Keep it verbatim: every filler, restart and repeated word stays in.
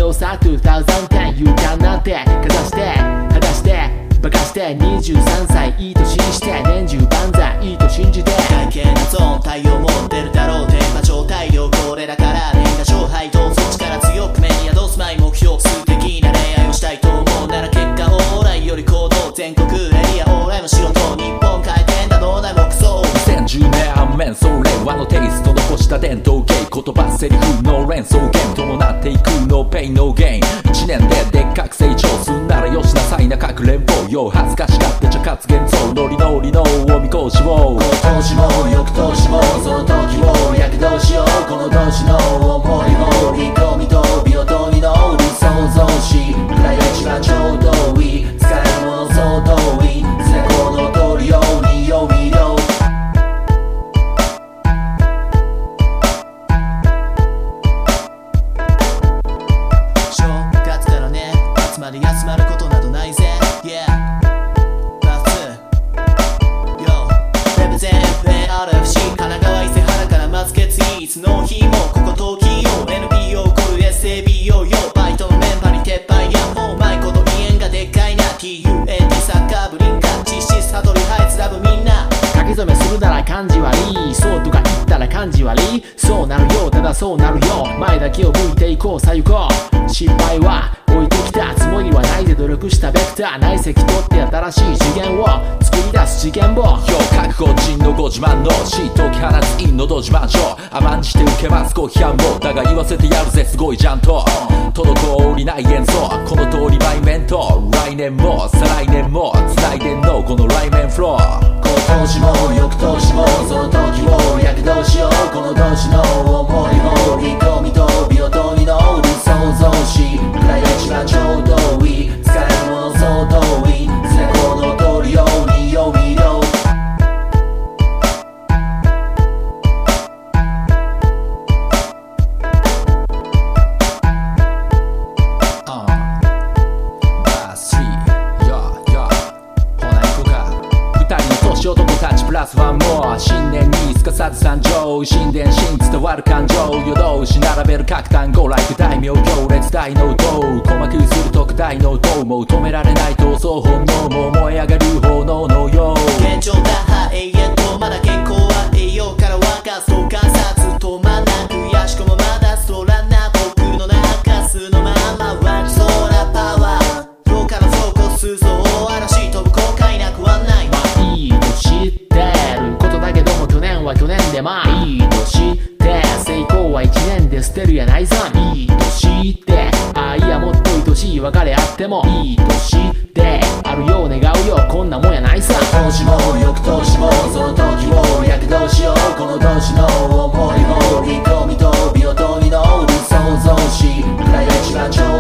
動さ にせんじゅう 勇敢なんてかざして果たしてバカしてにじゅうさんさいいい年にして年中万歳いいと信じて外見なゾーン太陽持ってるだろう電波状態量これだから年賀状配当そっちから強く目に宿すマイ目標素敵な恋愛をしたいと思うなら結果オーライより行動全国エリアオーライの仕事日本回転だ脳内目標にせんじゅうねん反面それ和のテイスト残した伝統芸言葉セリフの連想ゲーム伴っていくのペインのゲインいちねんででっかく成長すんならよしなさいな各連邦よ恥ずかしがってちゃ活言像ノリノリのおみこしを今年も翌年もその時を躍動しようこの年の思いを振り込みとビオトに乗る想像しくらいが一番ちょうどいい使えるもの相当いい成功の通るように読みろ正月からね集まり休まることなどないぜ Yeahバス Yo Represent エーアールエフシー 神奈川伊勢原から待つ決意いつの日もここ東京 エヌビーオー コル エスエービーオー よバイトのメンバーに鉄板やもうマイこと胃炎がでっかいな ティーユーエーティー サッカー部リンカ実施悟りハイツラブみんな書き初めするなら漢字悪いそうとか言ったら漢字悪いそうなるよただそうなるよ前だけを向いていこうさ行こう失敗は置いてきたつもりはないで努力したベクター内積取って新しい次元を作り出す次元をよ覚悟人のご自慢のシートを放つ陰のど自慢所甘んじて受けますご批判もだが言わせてやるぜすごいじゃんと滞りない演奏この通りバイメント来年も再来年も繋いでんのこの来面フロア今年も翌年もその時を躍動しようこの年の思いを振り込みとビオトに乗る想像しくらいが一番ちょうどいい使えるもの相当いい成功の通るように読みろ男たちプラスワンモア新年にすかさず参上神殿真伝わる感情夜通し並べる各単語 Like 大名行列大の塔鼓膜する特大の塔も止められない闘争本能も燃え上がる炎のよう現状打破永遠とまだ健康は栄養から沸かす観察止まんな悔しくもまだ空な僕の中数のままはソーラーパワーローからフォーカス像嵐飛ぶ後悔なくはないいいと知ってることだけども去年は去年でまあいいと知って成功はいちねんで捨てるやないさいいと知ってあいやもっと愛しい別れあってもいいと知ってあるよう願うよこんなもんやないさ今年も翌年もその時を躍動しようこの年の思いを振り込みとビオトに乗る想像しくらいが一番ちょう